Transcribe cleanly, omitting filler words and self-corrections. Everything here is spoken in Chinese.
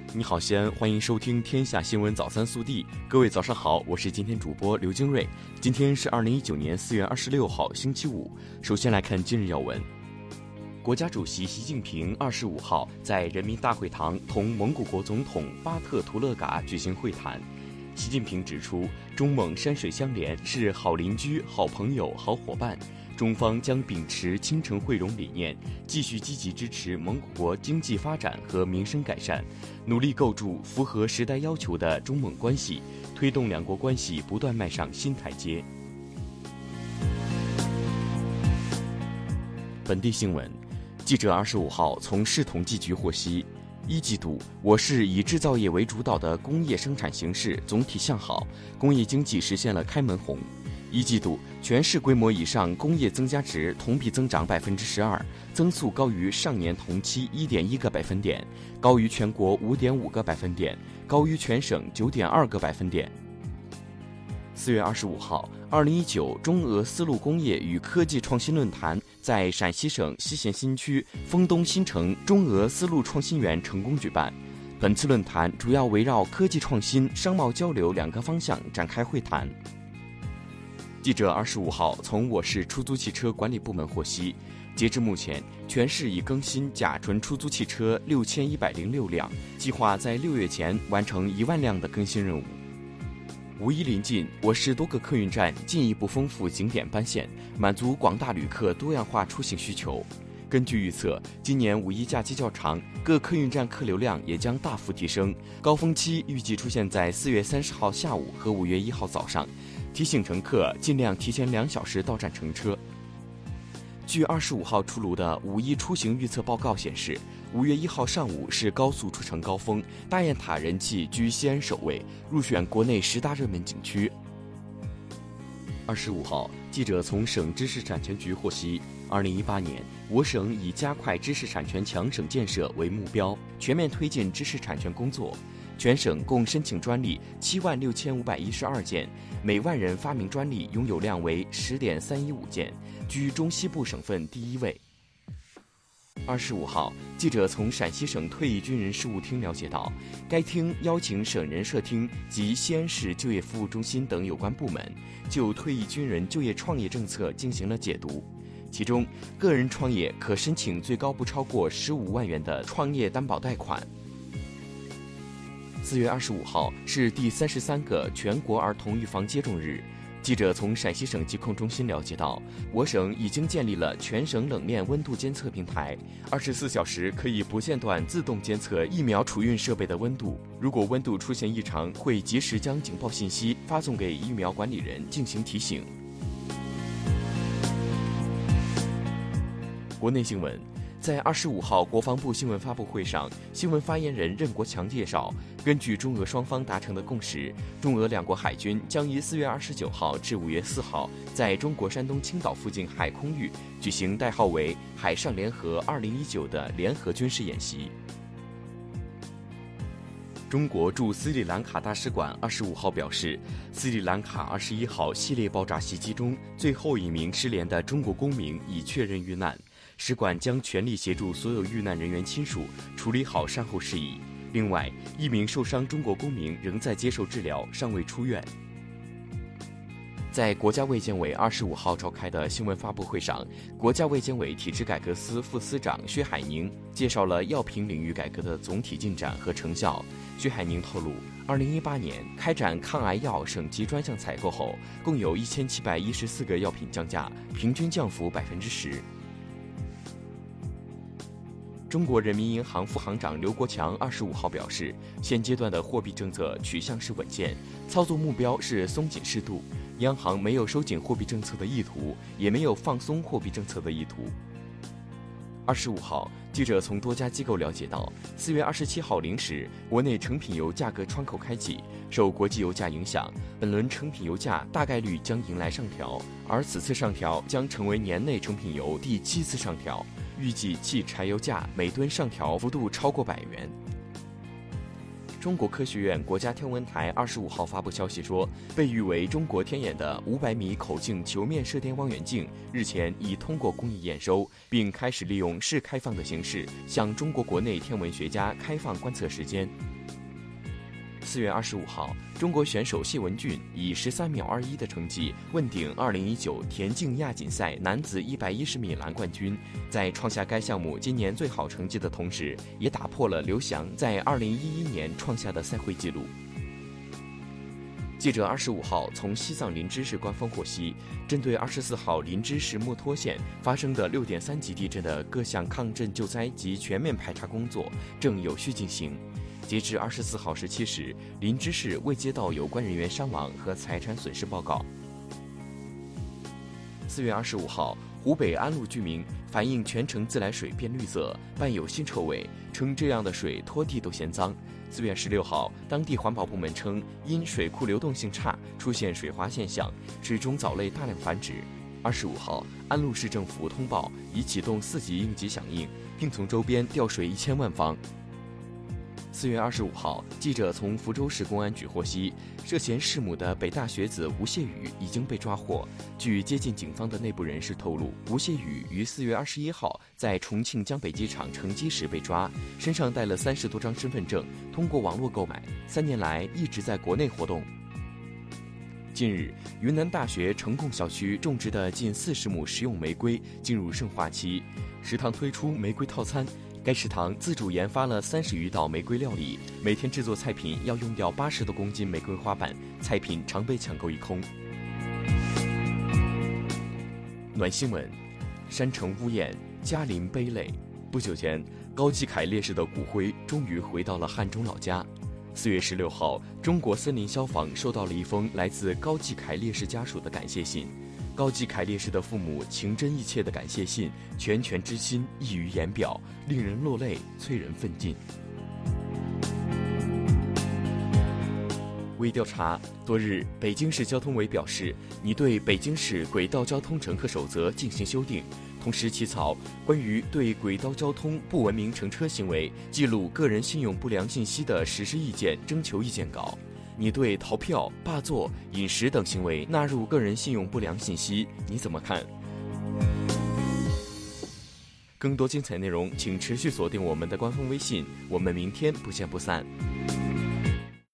你好，西安，欢迎收听《天下新闻早餐速递》。各位早上好，我是今天主播刘金瑞。今天是2019年4月26号，星期五。首先来看今日要闻。国家主席习近平25号在人民大会堂同蒙古国总统巴特图勒嘎举行会谈。习近平指出，中蒙山水相连，是好邻居、好朋友、好伙伴。中方将秉持倾城汇融理念，继续积极支持蒙古国经济发展和民生改善，努力构筑符合时代要求的中蒙关系，推动两国关系不断迈上新台阶。本地新闻，记者25号从市统计局获悉，一季度我市以制造业为主导的工业生产形势总体向好，工业经济实现了开门红。一季度全市规模以上工业增加值同比增长12%，增速高于上年同期1.1个百分点，高于全国5.5个百分点，高于全省9.2个百分点。4月25号，2019中俄丝路工业与科技创新论坛在陕西省西咸新区丰东新城中俄丝路创新园成功举办。本次论坛主要围绕科技创新、商贸交流两个方向展开会谈。记者25号从我市出租汽车管理部门获悉，截至目前，全市已更新甲醇出租汽车6106辆，计划在6月前完成1万辆的更新任务。五一临近，我市多个客运站进一步丰富景点班线，满足广大旅客多样化出行需求。根据预测，今年五一假期较长，各客运站客流量也将大幅提升，高峰期预计出现在4月30号下午和5月1号早上。提醒乘客尽量提前2小时到站乘车。据25号出炉的五一出行预测报告显示，5月1号上午是高速出城高峰，大雁塔人气居西安首位，入选国内10大热门景区。25号，记者从省知识产权局获悉，2018年，我省以加快知识产权强省建设为目标，全面推进知识产权工作。全省共申请专利76512件，每万人发明专利拥有量为10.315件，居中西部省份第1位。25号，记者从陕西省退役军人事务厅了解到，该厅邀请省人社厅及西安市就业服务中心等有关部门，就退役军人就业创业政策进行了解读。其中，个人创业可申请最高不超过15万元的创业担保贷款。4月25号是第33个全国儿童预防接种日。记者从陕西省疾控中心了解到，我省已经建立了全省冷链温度监测平台，24小时可以不间断自动监测疫苗储运设备的温度。如果温度出现异常，会及时将警报信息发送给疫苗管理人进行提醒。国内新闻。在25号国防部新闻发布会上，新闻发言人任国强介绍，根据中俄双方达成的共识，中俄两国海军将于4月29号至5月4号在中国山东青岛附近海空域举行代号为“海上联合2019”的联合军事演习。中国驻斯里兰卡大使馆25号表示，斯里兰卡21号系列爆炸袭击中最后一名失联的中国公民已确认遇难。使馆将全力协助所有遇难人员亲属处理好善后事宜。另外，一名受伤中国公民仍在接受治疗，尚未出院。在国家卫健委25号召开的新闻发布会上，国家卫健委体制改革司副司长薛海宁介绍了药品领域改革的总体进展和成效。薛海宁透露，2018年开展抗癌药省级专项采购后，共有1714个药品降价，平均降幅10%。中国人民银行副行长刘国强25号表示，现阶段的货币政策取向是稳健，操作目标是松紧适度，央行没有收紧货币政策的意图，也没有放松货币政策的意图。25号，记者从多家机构了解到，4月27号零时，国内成品油价格窗口开启，受国际油价影响，本轮成品油价大概率将迎来上调，而此次上调将成为年内成品油第7次上调。预计汽柴油价每吨上调幅度超过100元。中国科学院国家天文台25号发布消息说，被誉为中国天眼的500米口径球面射电望远镜日前已通过工艺验收，并开始利用试开放的形式向中国国内天文学家开放观测时间。 4月25号，中国选手谢文俊以13秒21的成绩问鼎2019田径亚锦赛男子110米栏冠军，在创下该项目今年最好成绩的同时，也打破了刘翔在2011年创下的赛会纪录。记者25号从西藏林芝市官方获悉，针对24号林芝市墨脱县发生的6.3级地震的各项抗震救灾及全面排查工作正有序进行。截至24号17时，林芝市未接到有关人员伤亡和财产损失报告。4月25号，湖北安陆居民反映全城自来水变绿色，伴有腥臭味，称这样的水拖地都嫌脏。4月16号，当地环保部门称，因水库流动性差，出现水滑现象，水中藻类大量繁殖。25号，安陆市政府通报已启动4级应急响应，并从周边调水1000万方。4月25号，记者从福州市公安局获悉，涉嫌弑母的北大学子吴谢宇已经被抓获。据接近警方的内部人士透露，吴谢宇于4月21号在重庆江北机场乘机时被抓，身上带了30多张身份证，通过网络购买，3年来一直在国内活动。近日，云南大学成贡校区种植的近40亩食用玫瑰进入盛化期，食堂推出玫瑰套餐。该食堂自主研发了30余道玫瑰料理，每天制作菜品要用掉80多公斤玫瑰花瓣，菜品常被抢购一空。暖新闻：山城屋檐，嘉陵悲泪。不久前，高继凯烈士的骨灰终于回到了汉中老家。4月16号，中国森林消防收到了一封来自高继凯烈士家属的感谢信。高继凯烈士的父母情真意切的感谢信，拳拳之心溢于言表，令人落泪，催人奋进。微调查：多日，北京市交通委表示，拟对北京市轨道交通乘客守则进行修订，同时起草关于对轨道交通不文明乘车行为记录个人信用不良信息的实施意见征求意见稿。你对逃票、霸座、饮食等行为纳入个人信用不良信息，你怎么看？更多精彩内容，请持续锁定我们的官方微信，我们明天不见不散。